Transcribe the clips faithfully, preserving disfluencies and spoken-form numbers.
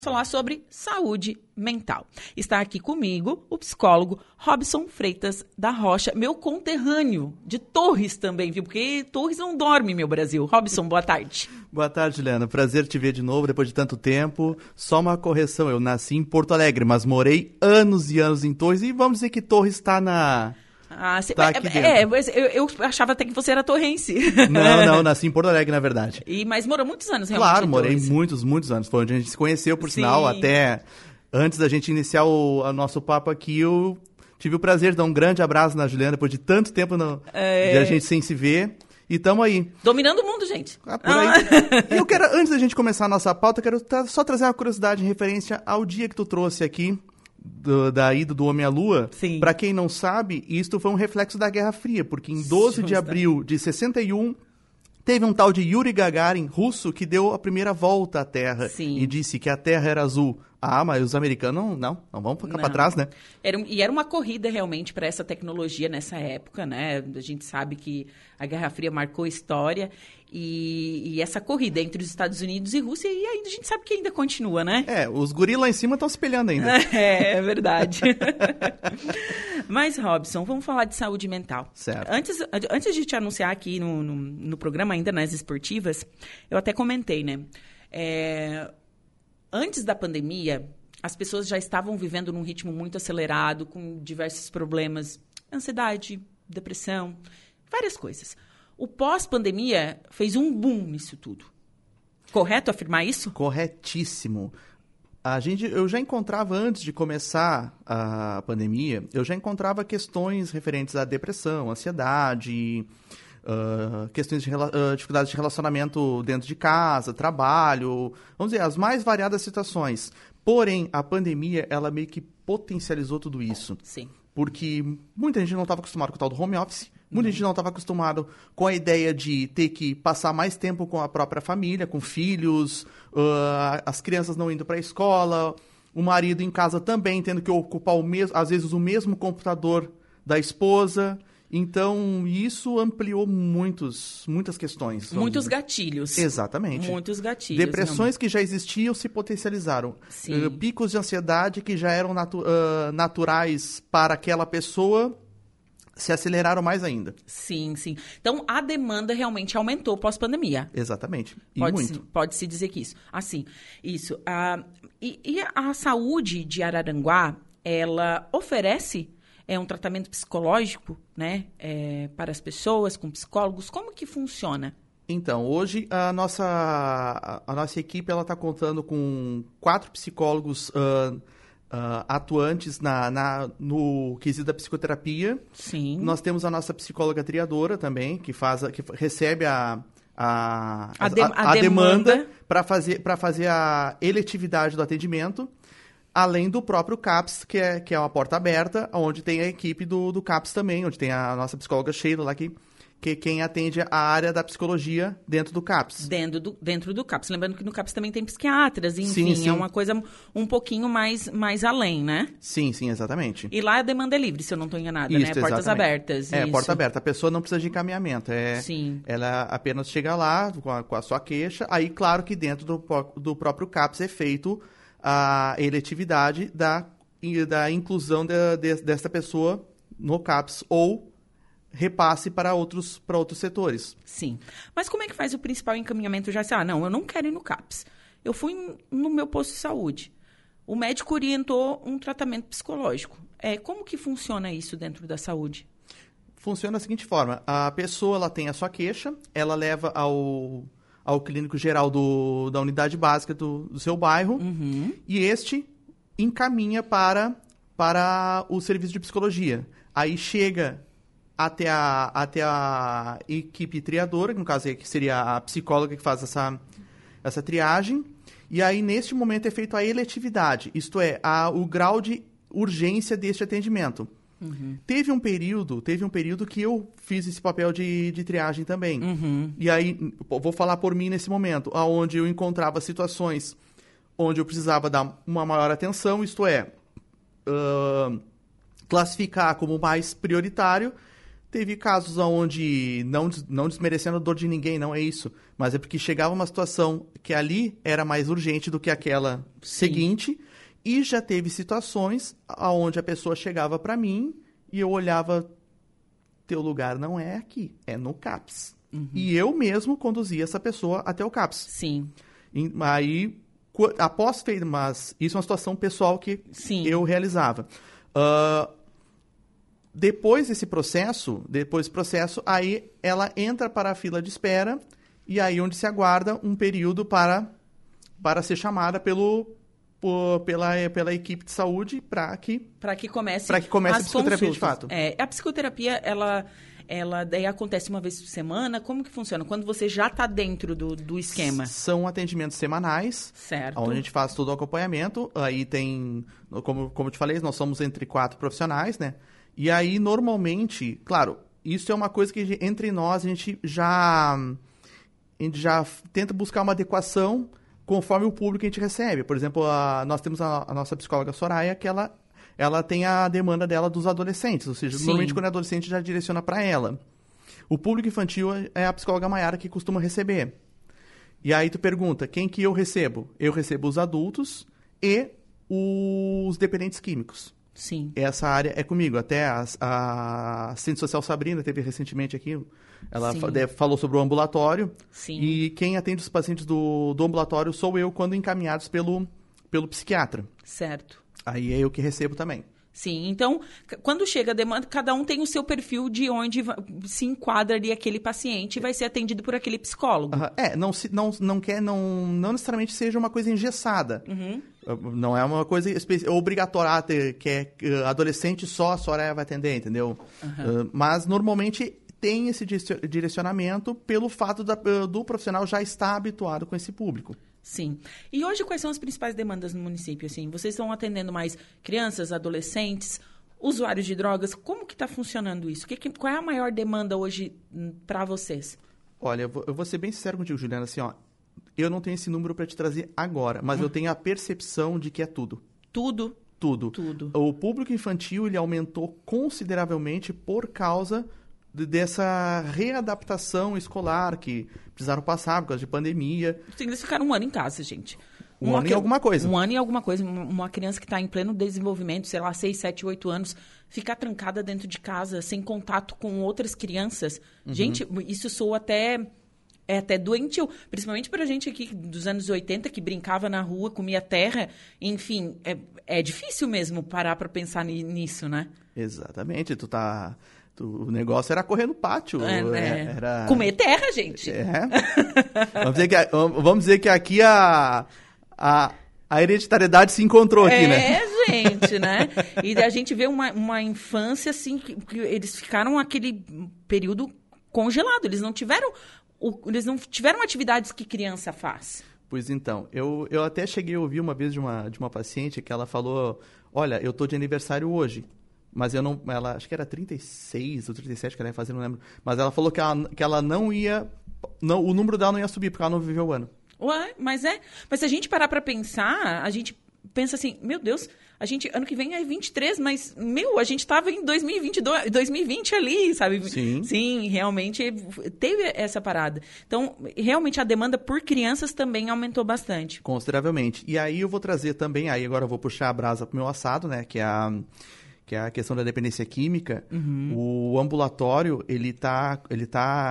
Falar sobre saúde mental. Está aqui comigo o psicólogo Robson Freitas da Rocha, meu conterrâneo de Torres também, viu? Porque Torres não dorme, meu Brasil. Robson, boa tarde. Boa tarde, Juliana. Prazer te ver de novo depois de tanto tempo. Só uma correção, eu nasci em Porto Alegre, mas morei anos e anos em Torres e vamos dizer que Torres está na... Ah, cê, tá é, aqui é, eu, eu achava até que você era torrense. Não, não, nasci em Porto Alegre, na verdade. E, mas morou muitos anos realmente Claro, em morei Torres. muitos, muitos anos. Foi onde a gente se conheceu, por Sim. sinal, até antes da gente iniciar o, o nosso papo aqui, eu tive o prazer de dar um grande abraço na Juliana, depois de tanto tempo no, é... de a gente sem se ver. E tamo aí. Dominando o mundo, gente. Ah, por aí. E eu quero, antes da gente começar a nossa pauta, eu quero tra- só trazer uma curiosidade em referência ao dia que tu trouxe aqui, do, da ida do Homem à Lua. Sim. Pra quem não sabe, isto foi um reflexo da Guerra Fria, porque em doze de abril de sessenta e um, teve um tal de Yuri Gagarin, russo, que deu a primeira volta à Terra. Sim. E disse que a Terra era azul. Ah, mas os americanos, não, não vão ficar para trás, né? Era, e era uma corrida realmente para essa tecnologia nessa época, né? A gente sabe que a Guerra Fria marcou história e, e essa corrida entre os Estados Unidos e Rússia, e ainda a gente sabe que ainda continua, né? É, os guris lá em cima estão se espelhando ainda. É, é verdade. Mas, Robson, vamos falar de saúde mental. Certo. Antes, antes de te anunciar aqui no, no, no programa, ainda nas esportivas, eu até comentei, né? É... Antes da pandemia, as pessoas já estavam vivendo num ritmo muito acelerado, com diversos problemas, ansiedade, depressão, várias coisas. O pós-pandemia fez um boom nisso tudo. Correto afirmar isso? Corretíssimo. A gente, eu já encontrava, antes de começar a pandemia, eu já encontrava questões referentes à depressão, ansiedade... Uh, questões de uh, dificuldades de relacionamento dentro de casa, trabalho, vamos dizer, as mais variadas situações. Porém, a pandemia, ela meio que potencializou tudo isso. Sim. Porque muita gente não estava acostumada com o tal do home office, muita uhum. gente não estava acostumada com a ideia de ter que passar mais tempo com a própria família, com filhos, uh, as crianças não indo para a escola, o marido em casa também tendo que ocupar, o mesmo, às vezes, o mesmo computador da esposa. Então, isso ampliou muitos, muitas questões. Muitos gatilhos. Exatamente. Muitos gatilhos. Depressões realmente. Que já existiam se potencializaram. Sim. Uh, picos de ansiedade que já eram natu- uh, naturais para aquela pessoa se aceleraram mais ainda. Sim, sim. Então, a demanda realmente aumentou pós-pandemia. Exatamente. E pode muito. Se, pode-se dizer que isso. Assim, isso. Uh, e, e a saúde de Araranguá, ela oferece... É um tratamento psicológico, né, é, para as pessoas, com psicólogos. Como que funciona? Então, hoje a nossa, a, a nossa equipe está contando com quatro psicólogos uh, uh, atuantes na, na, no quesito da psicoterapia. Sim. Nós temos a nossa psicóloga triadora também, que, faz, que recebe a, a, a, de, a, a, a demanda, demanda para fazer, para fazer a eletividade do atendimento. Além do próprio CAPS, que é, que é uma porta aberta, onde tem a equipe do, do CAPS também, onde tem a nossa psicóloga Sheila lá, que, que quem atende a área da psicologia dentro do CAPS. Dentro do, dentro do CAPS. Lembrando que no CAPS também tem psiquiatras, enfim, sim, sim. É uma coisa um pouquinho mais, mais além, né? Sim, sim, exatamente. E lá a demanda é livre, se eu não estou enganada, isso, né? Portas exatamente. abertas. É, isso. porta aberta. A pessoa não precisa de encaminhamento. É, sim. Ela apenas chega lá com a, com a sua queixa. Aí, claro que dentro do, do próprio CAPS é feito a eletividade da, da inclusão de, de, dessa pessoa no CAPS ou repasse para outros, para outros setores. Sim. Mas como é que faz o principal encaminhamento já? Ah, não, eu não quero ir no CAPS. Eu fui no meu posto de saúde. O médico orientou um tratamento psicológico. É, como que funciona isso dentro da saúde? Funciona da seguinte forma. A pessoa ela tem a sua queixa, ela leva ao... ao clínico geral do, da unidade básica do, do seu bairro, uhum. e este encaminha para, para o serviço de psicologia. Aí chega até a, até a equipe triadora, que no caso que seria a psicóloga que faz essa, essa triagem, e aí neste momento é feita a eletividade, isto é, a, o grau de urgência deste atendimento. Uhum. Teve um período, teve um período que eu fiz esse papel de, de triagem também. Uhum. E aí, vou falar por mim nesse momento, onde eu encontrava situações onde eu precisava dar uma maior atenção, isto é, uh, classificar como mais prioritário Teve casos onde, não, não desmerecendo a dor de ninguém, não é isso, mas é porque chegava uma situação que ali era mais urgente do que aquela Sim. seguinte, e já teve situações onde a pessoa chegava para mim e eu olhava, teu lugar não é aqui, é no CAPS. Uhum. E eu mesmo conduzia essa pessoa até o CAPS. Sim. E, aí, após feito, mas isso é uma situação pessoal que Sim. eu realizava. Uh, Depois desse processo, depois desse processo, aí ela entra para a fila de espera e aí onde se aguarda um período para, para ser chamada pelo, por, pela, pela equipe de saúde para que... Para que comece, para que comece as a psicoterapia consultas. de fato. É, a psicoterapia, ela, ela daí acontece uma vez por semana. Como que funciona? Quando você já está dentro do, do esquema? São atendimentos semanais. Certo. Onde a gente faz todo o acompanhamento. Aí tem, como, como eu te falei, nós somos entre quatro profissionais, né? E aí, normalmente, claro, isso é uma coisa que entre nós a gente já, a gente já tenta buscar uma adequação conforme o público que a gente recebe. Por exemplo, a, nós temos a, a nossa psicóloga Soraya, que ela, ela tem a demanda dela dos adolescentes, ou seja, Sim. normalmente quando é adolescente já direciona para ela. O público infantil é a psicóloga Maiara que costuma receber. E aí tu pergunta, quem que eu recebo? Eu recebo os adultos e os dependentes químicos. Sim. Essa área é comigo. Até a, a assistente social Sabrina teve recentemente aqui, ela fa- falou sobre o ambulatório. Sim. E quem atende os pacientes do, do ambulatório sou eu quando encaminhados pelo, pelo psiquiatra. Certo. Aí é eu que recebo também. Sim, então, c- quando chega a demanda, cada um tem o seu perfil de onde va- se enquadra ali aquele paciente e vai ser atendido por aquele psicólogo. Uhum. É, não, se, não, não quer, não, não necessariamente seja uma coisa engessada. Uhum. Não é uma coisa espe- obrigatória, ah, ter, que é uh, adolescente só a Soraya vai atender, entendeu? Uhum. Uh, mas, normalmente, tem esse di- direcionamento pelo fato da, uh, do profissional já estar habituado com esse público. Sim. E hoje, quais são as principais demandas no município? Assim, vocês estão atendendo mais crianças, adolescentes, usuários de drogas? Como que está funcionando isso? Que, que, qual é a maior demanda hoje para vocês? Olha, eu vou, eu vou ser bem sincero contigo, Juliana, assim, ó, eu não tenho esse número para te trazer agora, mas hum. eu tenho a percepção de que é tudo. Tudo? Tudo. Tudo. O público infantil, ele aumentou consideravelmente por causa de, dessa readaptação escolar que precisaram passar por causa de pandemia. Sim, eles ficaram um ano em casa, gente. Um uma, ano e alguma coisa. Um ano e alguma coisa. Uma criança que está em pleno desenvolvimento, sei lá, seis, sete, oito anos, ficar trancada dentro de casa, sem contato com outras crianças. Uhum. Gente, isso soa até... É até doentio, principalmente para a gente aqui dos anos oitenta, que brincava na rua, comia terra. Enfim, é, é difícil mesmo parar para pensar nisso, né? Exatamente. Tu tá... Tu, o negócio era correr no pátio. É, é. Era... Comer terra, gente. É. Vamos dizer que, vamos dizer que aqui a, a, a hereditariedade se encontrou aqui, é, né? É, gente, né? E a gente vê uma, uma infância, assim, que, que eles ficaram aquele período congelado. Eles não tiveram... O, eles não tiveram atividades que criança faz. Pois então, eu, eu até cheguei a ouvir uma vez de uma, de uma paciente que ela falou, olha, eu tô de aniversário hoje, mas eu não, ela, acho que era trinta e seis ou trinta e sete que ela ia fazer, não lembro, mas ela falou que ela, que ela não ia, não, o número dela não ia subir, porque ela não viveu o ano. Ué, mas é, mas se a gente parar pra pensar, a gente pensa assim, meu Deus, a gente, ano que vem é vinte e três, mas, meu, a gente tava em dois mil e vinte e dois, dois mil e vinte ali, sabe? Sim. Sim, realmente teve essa parada. Então, realmente a demanda por crianças também aumentou bastante. Consideravelmente. E aí eu vou trazer também, aí agora eu vou puxar a brasa pro meu assado, né, que é a, que é a questão da dependência química. Uhum. O ambulatório, ele tá, ele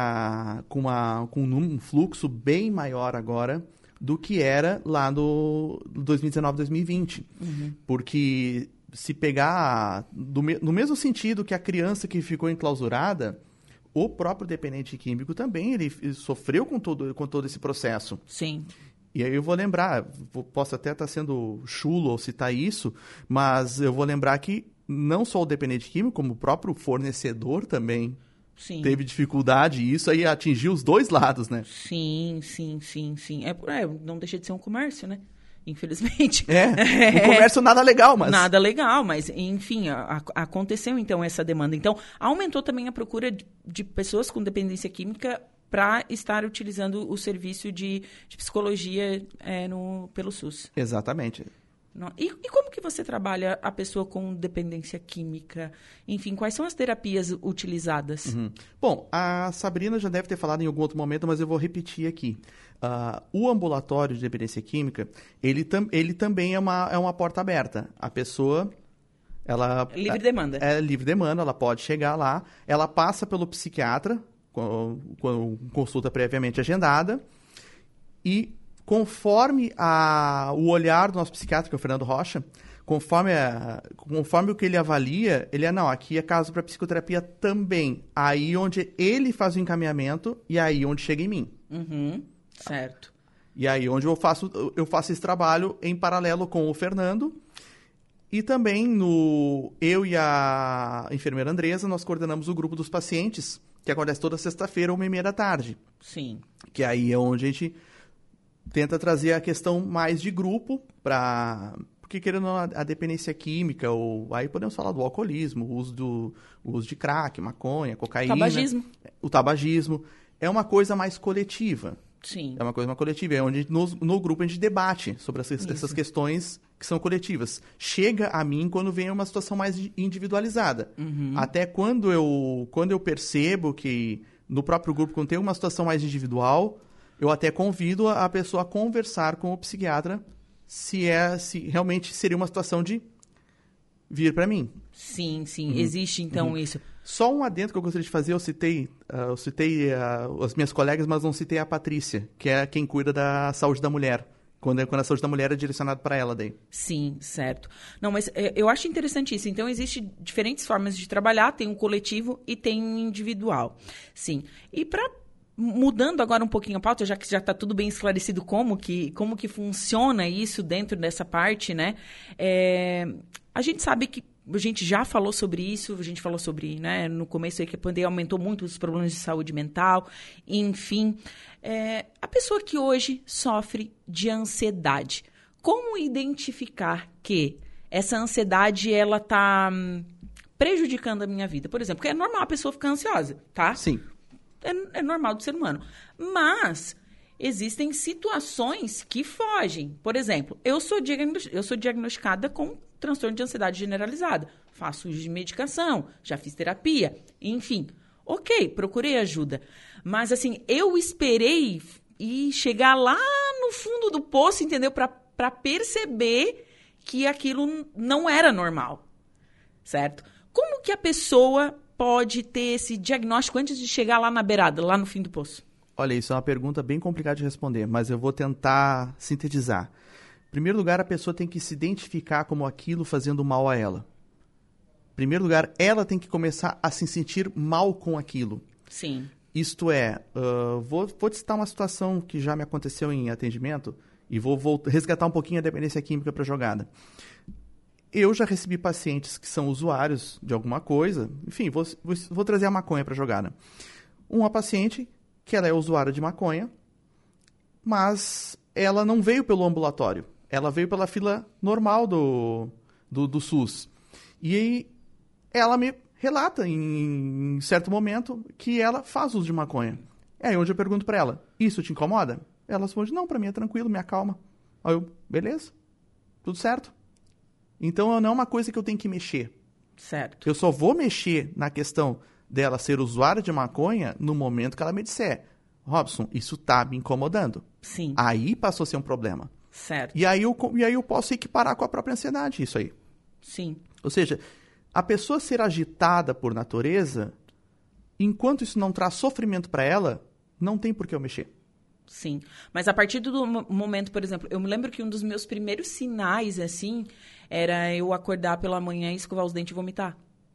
tá com, uma, com um fluxo bem maior agora do que era lá no dois mil e dezenove, dois mil e vinte. Uhum. Porque se pegar do, no mesmo sentido que a criança que ficou enclausurada, o próprio dependente químico também ele, ele sofreu com todo, com todo esse processo. Sim. E aí eu vou lembrar, posso até estar sendo chulo ao citar isso, mas eu vou lembrar que não só o dependente químico, como o próprio fornecedor também Sim. teve dificuldade, e isso aí atingiu os dois lados, né? Sim, sim, sim, sim. É, é, não deixa de ser um comércio, né? Infelizmente. É, um comércio nada legal, mas... Nada legal, mas, enfim, a, a, aconteceu, então, essa demanda. Então, aumentou também a procura de, de pessoas com dependência química para estar utilizando o serviço de, de psicologia é, no, pelo SUS. Exatamente. Não. E, e como que você trabalha a pessoa com dependência química? Enfim, quais são as terapias utilizadas? Uhum. Bom, a Sabrina já deve ter falado em algum outro momento, mas eu vou repetir aqui. Uh, o ambulatório de dependência química, ele, tam, ele também é uma, é uma porta aberta. A pessoa... Ela, livre demanda. É, é livre demanda, ela pode chegar lá, ela passa pelo psiquiatra, com, com consulta previamente agendada, e conforme a, o olhar do nosso psiquiatra, que é o Fernando Rocha, conforme, a, conforme o que ele avalia, ele é, não, aqui é caso para psicoterapia também. Aí onde ele faz o encaminhamento e aí onde chega em mim. Uhum, certo. E aí onde eu faço, eu faço esse trabalho em paralelo com o Fernando. E também, no, eu e a enfermeira Andresa, nós coordenamos o grupo dos pacientes, que acontece toda sexta-feira, uma e meia da tarde. Sim. Que aí é onde a gente tenta trazer a questão mais de grupo, para porque querendo a, a dependência química, ou aí podemos falar do alcoolismo, o uso, do, o uso de crack, maconha, cocaína. Tabagismo. O tabagismo. É uma coisa mais coletiva. Sim. É uma coisa mais coletiva, é onde no, no grupo a gente debate sobre essas, essas questões que são coletivas. Chega a mim quando vem uma situação mais individualizada. Uhum. Até quando eu, quando eu percebo que no próprio grupo, quando tem uma situação mais individual, eu até convido a pessoa a conversar com o psiquiatra se, é, se realmente seria uma situação de vir para mim. Sim, sim. Uhum. Existe, então, Uhum. isso. Só um adendo que eu gostaria de fazer, eu citei, uh, eu citei uh, as minhas colegas, mas não citei a Patrícia, que é quem cuida da saúde da mulher. Quando, quando a saúde da mulher é direcionada para ela daí. Sim, certo. Não, mas é, eu acho interessante isso. Então, existem diferentes formas de trabalhar. Tem um coletivo e tem um individual. Sim. E para... Mudando agora um pouquinho a pauta, já que já está tudo bem esclarecido como que, como que funciona isso dentro dessa parte, né? É, a gente sabe que a gente já falou sobre isso, a gente falou sobre, né, no começo aí que a pandemia aumentou muito os problemas de saúde mental, enfim. É, a pessoa que hoje sofre de ansiedade, como identificar que essa ansiedade, ela está hum, prejudicando a minha vida? Por exemplo, porque é normal a pessoa ficar ansiosa, tá? Sim. É, é normal do ser humano. Mas existem situações que fogem. Por exemplo, eu sou, diagnos- eu sou diagnosticada com transtorno de ansiedade generalizada. Faço uso de medicação, já fiz terapia, enfim. Ok, procurei ajuda. Mas, assim, eu esperei e chegar lá no fundo do poço, entendeu? Para perceber que aquilo não era normal, certo? Como que a pessoa pode ter esse diagnóstico antes de chegar lá na beirada, lá no fim do poço? Olha, isso é uma pergunta bem complicada de responder, mas eu vou tentar sintetizar. Em primeiro lugar, a pessoa tem que se identificar como aquilo fazendo mal a ela. Em primeiro lugar, ela tem que começar a se sentir mal com aquilo. Sim. Isto é, uh, vou, vou te citar uma situação que já me aconteceu em atendimento e vou, vou resgatar um pouquinho a dependência química para a jogada. Eu já recebi pacientes que são usuários de alguma coisa, enfim, vou, vou, vou trazer a maconha para a jogada. Uma paciente que ela é usuária de maconha, mas ela não veio pelo ambulatório, ela veio pela fila normal do, do, do SUS. E aí ela me relata em, em certo momento que ela faz uso de maconha. É aí onde eu pergunto para ela, isso te incomoda? Ela responde, não, para mim é tranquilo, me acalma. Aí eu, beleza, tudo certo. Então, não é uma coisa que eu tenho que mexer. Certo. Eu só vou mexer na questão dela ser usuária de maconha no momento que ela me disser, Robson, isso tá me incomodando. Sim. Aí passou a ser um problema. Certo. E aí eu, e aí eu posso equiparar com a própria ansiedade, isso aí. Sim. Ou seja, a pessoa ser agitada por natureza, enquanto isso não traz sofrimento para ela, não tem por que eu mexer. Sim. Mas a partir do momento, por exemplo, eu me lembro que um dos meus primeiros sinais, assim, era eu acordar pela manhã e escovar os dentes e vomitar.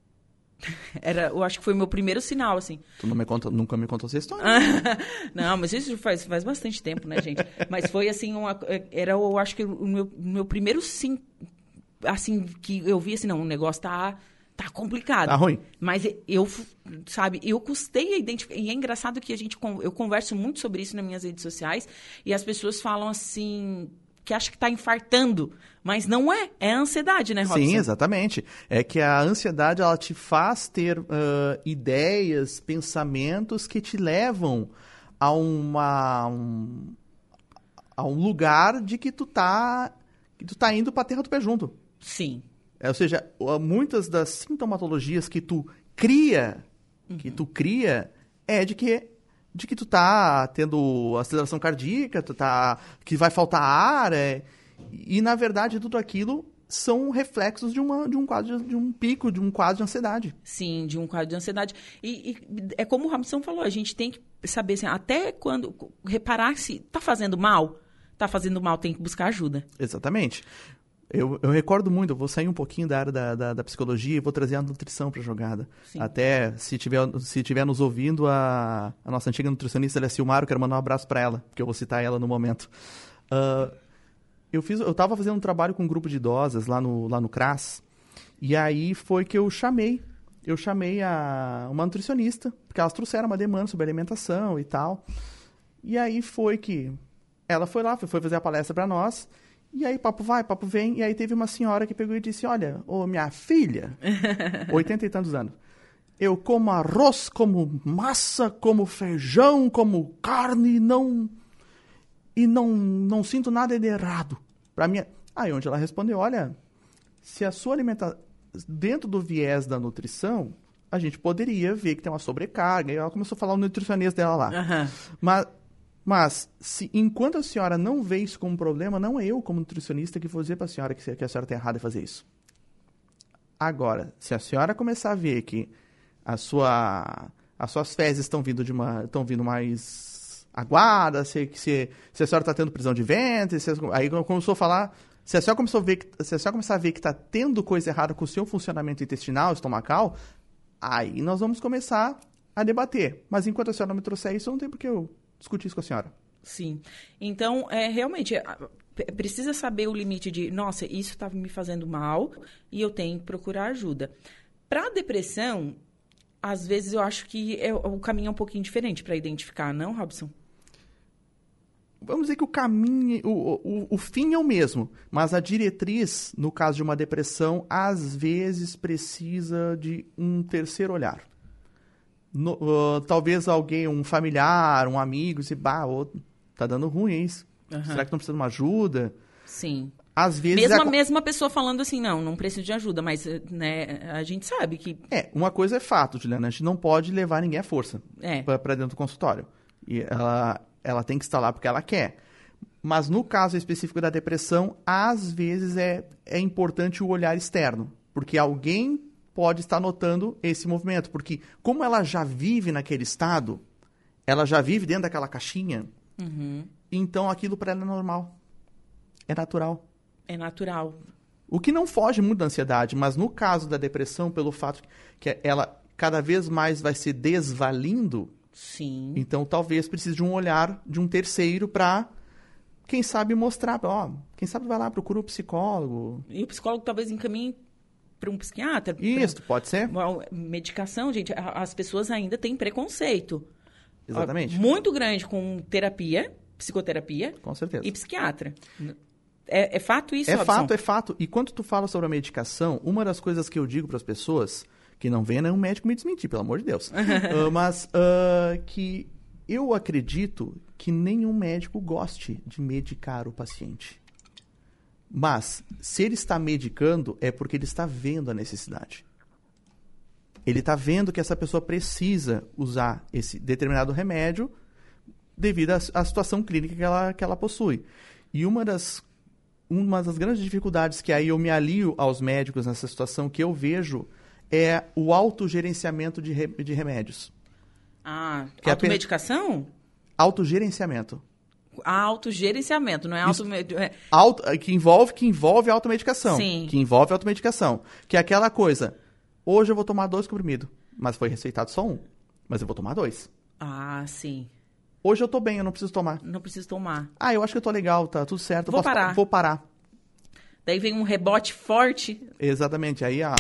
Era, eu acho que foi o meu primeiro sinal, assim. Tu não me conta, nunca me contou essa história. Não, mas isso faz, faz bastante tempo, né, gente? Mas foi, assim, uma, era, eu acho que o meu, meu primeiro sim, assim, que eu vi, assim, não, o negócio tá... Tá complicado. Tá ruim. Mas eu, sabe, eu custei a identificar. E é engraçado que a gente, eu converso muito sobre isso nas minhas redes sociais e as pessoas falam assim, que acham que tá infartando. Mas não é. É a ansiedade, né, Robson? Sim, exatamente. É que a ansiedade, ela te faz ter uh, ideias, pensamentos que te levam a, uma, um, a um lugar de que tu tá que tu tá indo pra terra do pé junto. Sim. É, ou seja, muitas das sintomatologias que tu cria, uhum. que tu cria, é de que, de que tu tá tendo aceleração cardíaca, tu tá, que vai faltar ar, é, e na verdade tudo aquilo são reflexos de, uma, de um quadro, de um pico, de um quadro de ansiedade. Sim, de um quadro de ansiedade. E, e é como o Robson falou, a gente tem que saber, assim, até quando, reparar se tá fazendo mal, tá fazendo mal, tem que buscar ajuda. Exatamente. Eu, eu recordo muito, eu vou sair um pouquinho da área da, da, da psicologia e vou trazer a nutrição para a jogada. Sim. Até, se tiver, se tiver nos ouvindo, a, a nossa antiga nutricionista, ela é Silmaro, quero mandar um abraço para ela, porque eu vou citar ela no momento. Uh, eu fiz, eu estava fazendo um trabalho com um grupo de idosas lá no, lá no C R A S, e aí foi que eu chamei, eu chamei a, uma nutricionista, porque elas trouxeram uma demanda sobre alimentação e tal. E aí foi que ela foi lá, foi fazer a palestra para nós. E aí, papo vai, papo vem. E aí teve uma senhora que pegou e disse, olha, ô minha filha, oitenta e tantos anos, eu como arroz, como massa, como feijão, como carne, não, e não, não sinto nada de errado. Pra mim, aí onde ela respondeu, olha, se a sua alimentação, dentro do viés da nutrição, a gente poderia ver que tem uma sobrecarga. E ela começou a falar o nutricionista dela lá. Uhum. Mas... Mas, se, enquanto a senhora não vê isso como problema, não é eu, como nutricionista, que vou dizer para a senhora que, que a senhora está errada em fazer isso. Agora, se a senhora começar a ver que a sua, as suas fezes estão vindo, de uma, estão vindo mais aguadas, se, se, se a senhora está tendo prisão de ventre, se, aí começou a falar... Se a senhora, começou a ver que, se a senhora começar a ver que está tendo coisa errada com o seu funcionamento intestinal, estomacal, aí nós vamos começar a debater. Mas enquanto a senhora não me trouxer isso, não tem por que eu... discutir isso com a senhora. Sim. Então, é, realmente, precisa saber o limite de, nossa, isso está me fazendo mal e eu tenho que procurar ajuda. Para a depressão, às vezes eu acho que é, o caminho é um pouquinho diferente para identificar, não, Robson? Vamos dizer que o caminho, o, o, o fim é o mesmo, mas a diretriz, no caso de uma depressão, às vezes precisa de um terceiro olhar. No, uh, talvez alguém, um familiar, um amigo, se bah, oh, tá dando ruim isso. Uhum. Será que não precisa de uma ajuda? Sim. Às vezes Mesmo é... a mesma pessoa falando assim, não, não preciso de ajuda, mas né, a gente sabe que... É, uma coisa é fato, Juliana, a gente não pode levar ninguém à força é. para dentro do consultório. E ela, ela tem que estar lá porque ela quer. Mas no caso específico da depressão, às vezes é, é importante o olhar externo, porque alguém pode estar notando esse movimento, porque como ela já vive naquele estado, ela já vive dentro daquela caixinha, uhum. então aquilo para ela é normal, é natural. É natural. O que não foge muito da ansiedade, mas no caso da depressão, pelo fato que ela cada vez mais vai se desvalindo, sim. Então talvez precise de um olhar de um terceiro para, quem sabe, mostrar, ó, quem sabe vai lá, procura um psicólogo. E o psicólogo talvez encaminhe para um psiquiatra. Isso, pra... pode ser. Medicação, gente, as pessoas ainda têm preconceito. Exatamente. Muito grande com terapia, psicoterapia. Com certeza. E psiquiatra. É, é fato isso, É Robson? fato, é fato. E quando tu fala sobre a medicação, uma das coisas que eu digo para as pessoas, que não venha nenhum médico me desmentir, pelo amor de Deus, uh, mas uh, que eu acredito que nenhum médico goste de medicar o paciente. Mas, se ele está medicando, é porque ele está vendo a necessidade. Ele está vendo que essa pessoa precisa usar esse determinado remédio devido à, à situação clínica que ela, que ela possui. E uma das, uma das grandes dificuldades que aí eu me alio aos médicos nessa situação que eu vejo é o autogerenciamento de, re, de remédios. Ah, que automedicação? É autogerenciamento. Autogerenciamento, não é auto... É... Auto, que envolve que envolve automedicação. Sim. Que envolve automedicação. Que é aquela coisa, hoje eu vou tomar dois comprimidos, mas foi receitado só um, mas eu vou tomar dois. Ah, sim. Hoje eu tô bem, eu não preciso tomar. Não preciso tomar. Ah, eu acho que eu tô legal, tá tudo certo. Vou posso, parar. Vou parar. Daí vem um rebote forte. Exatamente, aí ah...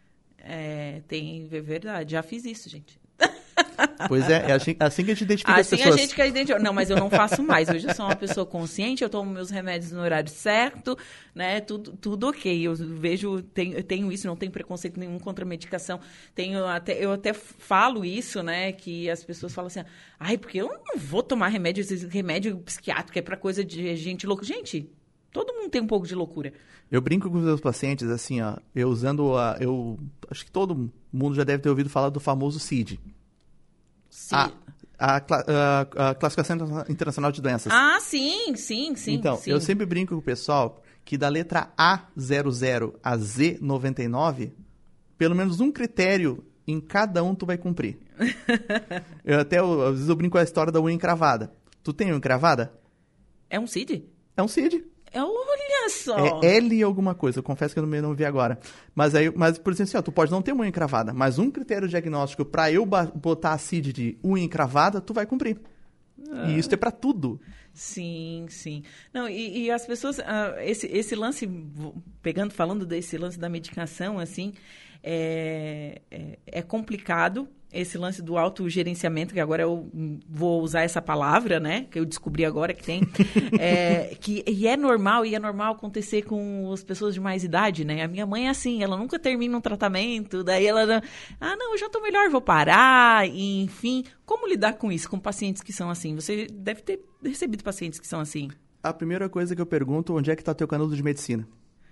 É, tem, é verdade, já fiz isso, gente. Pois é, é assim, assim que a gente identifica assim as pessoas. Assim a gente quer identificar. Não, mas eu não faço mais. Hoje eu sou uma pessoa consciente, eu tomo meus remédios no horário certo, né? Tudo, tudo ok. Eu vejo, tenho, eu tenho isso, não tenho preconceito nenhum contra a medicação. Tenho até, eu até falo isso, né? Que as pessoas falam assim, ai, porque eu não vou tomar remédio, esse remédio psiquiátrico é pra coisa de gente louca. Gente, Todo mundo tem um pouco de loucura. Eu brinco com os meus pacientes, assim, ó, eu usando a... Eu acho que todo mundo já deve ter ouvido falar do famoso C I D. Sim. A, a, a, a Classificação Internacional de Doenças. Ah, sim, sim, sim. Então, sim. eu sempre brinco com o pessoal que da letra A zero zero a Z noventa e nove, pelo menos um critério em cada um tu vai cumprir. eu até, às vezes eu brinco com a história da unha encravada. Tu tem unha encravada? É um C I D? É um C I D. É, olha só. É L alguma coisa, eu confesso que eu não, não vi agora. Mas, aí, mas por exemplo, assim, ó, tu pode não ter uma unha encravada, mas um critério diagnóstico para eu botar a C I D de unha encravada, tu vai cumprir. Ah. E isso é para tudo. Sim, sim. Não, e, e as pessoas, uh, esse, esse lance, pegando, falando desse lance da medicação, assim, é, é, é complicado. Esse lance do autogerenciamento, que agora eu vou usar essa palavra, né? Que eu descobri agora que tem. é, que, e é normal, e é normal acontecer com as pessoas de mais idade, né? A minha mãe é assim, ela nunca termina um tratamento, daí ela... Ah, não, eu já tô melhor, vou parar, e, enfim. Como lidar com isso, com pacientes que são assim? Você deve ter recebido pacientes que são assim. A primeira coisa que eu pergunto, onde é que tá teu canudo de medicina?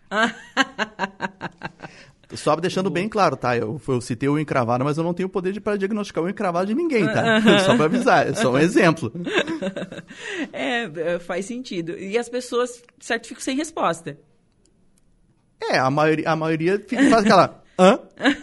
Só deixando bem claro, tá? Eu, eu citei o encravado, mas eu não tenho o poder de para diagnosticar o encravado de ninguém, tá? Só para avisar, é só um exemplo. É, faz sentido. E as pessoas, certo, ficam sem resposta. É, a maioria, a maioria fica, faz aquela... Hã?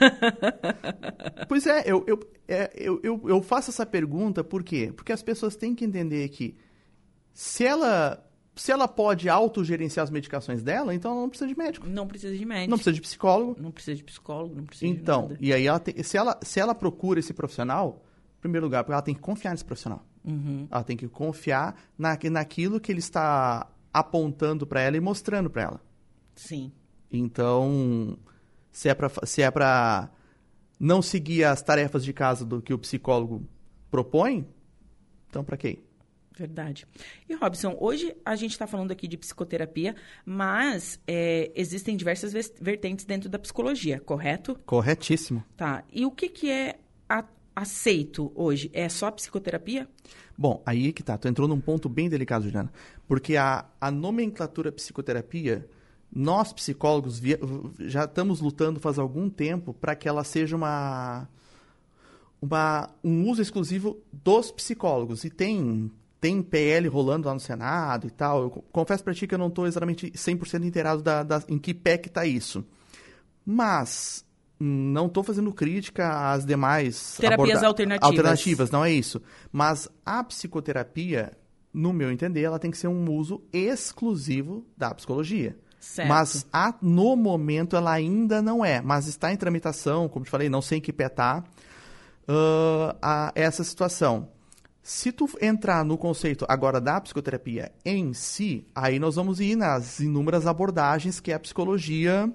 Pois é, eu, eu, é eu, eu, eu faço essa pergunta por quê? Porque as pessoas têm que entender que se ela... Se ela pode autogerenciar as medicações dela, então ela não precisa de médico. Não precisa de médico. Não precisa de psicólogo. Não precisa de psicólogo, não precisa então, de nada. E aí, ela tem, se, ela, se ela procura esse profissional, em primeiro lugar, porque ela tem que confiar nesse profissional. Uhum. Ela tem que confiar na, naquilo que ele está apontando para ela e mostrando para ela. Sim. Então, se é para se é para não seguir as tarefas de casa do que o psicólogo propõe, então para quê? Verdade. E, Robson, hoje a gente está falando aqui de psicoterapia, mas é, existem diversas vertentes dentro da psicologia, correto? Corretíssimo. Tá. E o que, que é a, aceito hoje? É só psicoterapia? Bom, aí que tá. Tu entrou num ponto bem delicado, Juliana. Porque a, a nomenclatura psicoterapia, nós psicólogos via, já estamos lutando faz algum tempo para que ela seja uma, uma, um uso exclusivo dos psicólogos. E tem... Tem P L rolando lá no Senado e tal. Eu confesso para ti que eu não estou exatamente cem por cento inteirado da, da, em que pé que está isso. Mas não estou fazendo crítica às demais... Terapias aborda- alternativas. Alternativas, não é isso. Mas a psicoterapia, no meu entender, ela tem que ser um uso exclusivo da psicologia. Certo. Mas a, no momento ela ainda não é. Mas está em tramitação, como te falei, não sei em que pé está uh, a, essa situação. Se tu entrar no conceito agora da psicoterapia em si, aí nós vamos ir nas inúmeras abordagens que a psicologia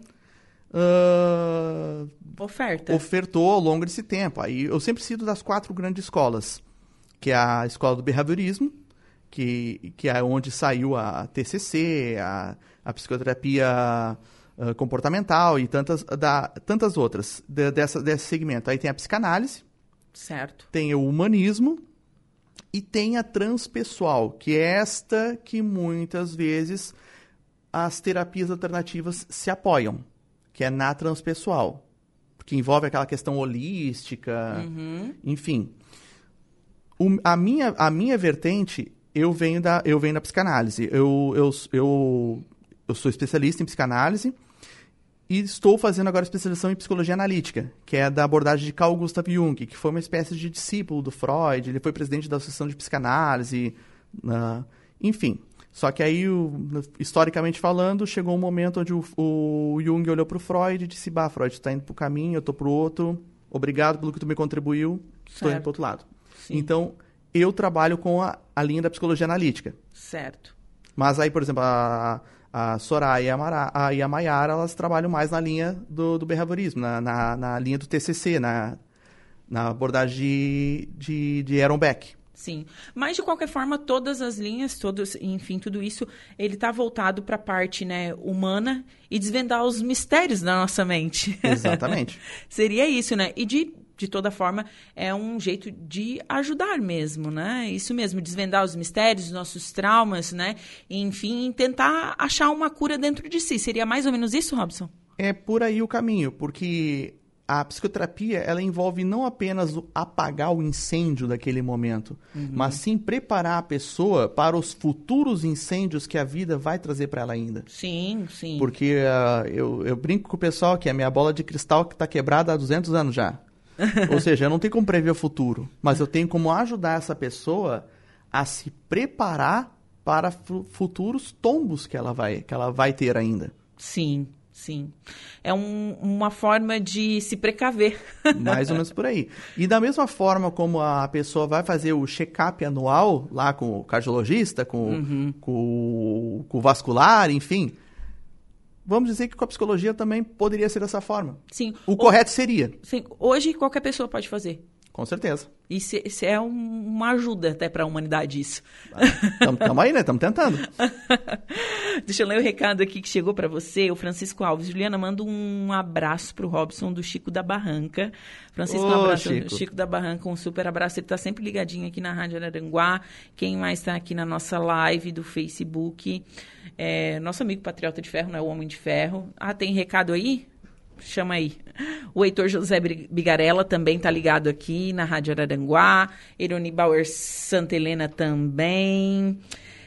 uh, Oferta. ofertou ao longo desse tempo. Aí eu sempre cito das quatro grandes escolas, que é a escola do behaviorismo, que, que é onde saiu a T C C, a, a psicoterapia uh, comportamental e tantas, da, tantas outras de, dessa, desse segmento. Aí tem a psicanálise, certo. Tem o humanismo, e tem a transpessoal, que é esta que muitas vezes as terapias alternativas se apoiam, que é na transpessoal, que envolve aquela questão holística, uhum. enfim. O, a, minha, a minha vertente, eu venho da, eu venho da psicanálise. Eu, eu, eu, eu sou especialista em psicanálise e estou fazendo agora especialização em psicologia analítica, que é da abordagem de Carl Gustav Jung, que foi uma espécie de discípulo do Freud. Ele foi presidente da Associação de Psicanálise, uh, enfim. Só que aí, o, historicamente falando, chegou um momento onde o, o Jung olhou para o Freud e disse: bah, Freud, tu está indo para o caminho, eu estou para o outro, obrigado pelo que tu me contribuiu, estou indo para o outro lado. Sim. Então, eu trabalho com a, a linha da psicologia analítica. Certo. Mas aí, por exemplo, a... A Soraya e a, Mara, a, e a Mayara, elas trabalham mais na linha do, do behaviorismo, na, na, na linha do T C C, na, na abordagem de, de, de Aaron Beck. Sim, mas de qualquer forma, todas as linhas, todos, enfim, tudo isso, ele está voltado para a parte, né, humana e desvendar os mistérios da nossa mente. Exatamente. Seria isso, né? E de de toda forma, é um jeito de ajudar mesmo, né? Isso mesmo, desvendar os mistérios, os nossos traumas, né? E, enfim, tentar achar uma cura dentro de si. Seria mais ou menos isso, Robson? É por aí o caminho, porque a psicoterapia, ela envolve não apenas o apagar o incêndio daquele momento, uhum. mas sim preparar a pessoa para os futuros incêndios que a vida vai trazer para ela ainda. Sim, sim. Porque uh, eu, eu brinco com o pessoal que a minha bola de cristal que está quebrada há duzentos anos já. Ou seja, eu não tenho como prever o futuro, mas eu tenho como ajudar essa pessoa a se preparar para fu- futuros tombos que ela vai, que ela vai ter ainda. Sim, sim. É um, uma forma de se precaver. Mais ou menos por aí. E da mesma forma como a pessoa vai fazer o check-up anual lá com o cardiologista, com, uhum. com, com o vascular, enfim... Vamos dizer que com a psicologia também poderia ser dessa forma. Sim. O Ou, correto seria. Sim. Hoje, qualquer pessoa pode fazer. Com certeza. Isso, isso é um, uma ajuda até para a humanidade, isso. Estamos aí, né? Estamos tentando. Deixa eu ler o recado aqui que chegou para você. O Francisco Alves. Juliana, manda um abraço para o Robson do Chico da Barranca. Francisco, Ô, um abraço Chico. do Chico da Barranca, um super abraço. Ele está sempre ligadinho aqui na Rádio Araranguá. Quem mais está aqui na nossa live do Facebook? É, nosso amigo Patriota de Ferro, não é o Homem de Ferro. Ah, tem recado aí? Chama aí. O Heitor José Bigarella também está ligado aqui na Rádio Araranguá. Eroni Bauer Santa Helena também.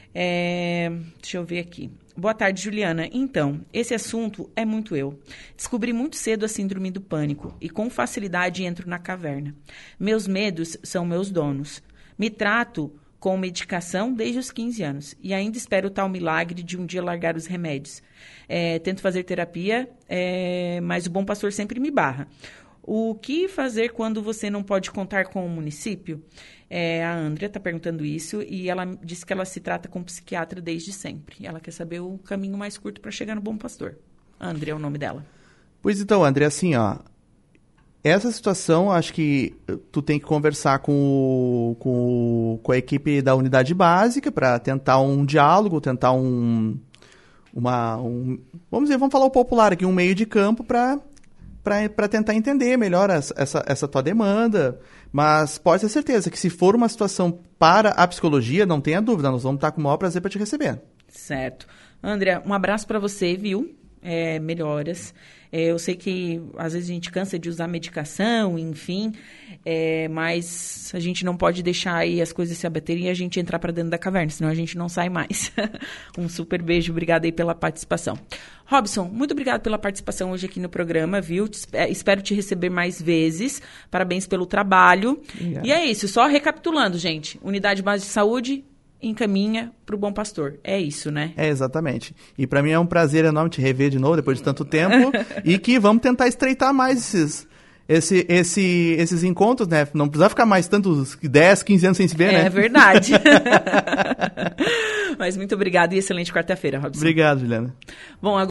É, deixa eu ver aqui. Boa tarde, Juliana. Então, esse assunto é muito eu. Descobri muito cedo a síndrome do pânico e com facilidade entro na caverna. Meus medos são meus donos. Me trato com medicação desde os quinze anos e ainda espero o tal milagre de um dia largar os remédios. É, tento fazer terapia, é, mas o bom pastor sempre me barra. O que fazer quando você não pode contar com o município? É, a Andrea está perguntando isso e ela disse que ela se trata com psiquiatra desde sempre. Ela quer saber o caminho mais curto para chegar no bom pastor. Andrea é o nome dela. Pois então, Andrea, assim, ó, essa situação, acho que tu tem que conversar com, o, com, o, com a equipe da unidade básica para tentar um diálogo, tentar um, uma, um, vamos dizer, vamos falar o popular aqui, um meio de campo para para tentar entender melhor essa, essa, essa tua demanda. Mas pode ter certeza que se for uma situação para a psicologia, não tenha dúvida, nós vamos estar com o maior prazer para te receber. Certo. Andrea, um abraço para você, viu? É, melhoras. É, eu sei que às vezes a gente cansa de usar medicação, enfim, é, mas a gente não pode deixar aí as coisas se abaterem e a gente entrar para dentro da caverna, senão a gente não sai mais. Um super beijo, obrigada aí pela participação. Robson, muito obrigado pela participação hoje aqui no programa, viu? Te, é, espero te receber mais vezes. Parabéns pelo trabalho. Obrigado. E é isso, só recapitulando, gente. Unidade Básica de Saúde encaminha para o Bom Pastor. É isso, né? É, exatamente. E para mim é um prazer enorme te rever de novo depois de tanto tempo e que vamos tentar estreitar mais esses, esse, esse, esses encontros, né? Não precisa ficar mais tantos dez, quinze anos sem se ver, é, né? É verdade. Mas muito obrigado e excelente quarta-feira, Robson. Obrigado, Juliana. Bom, agora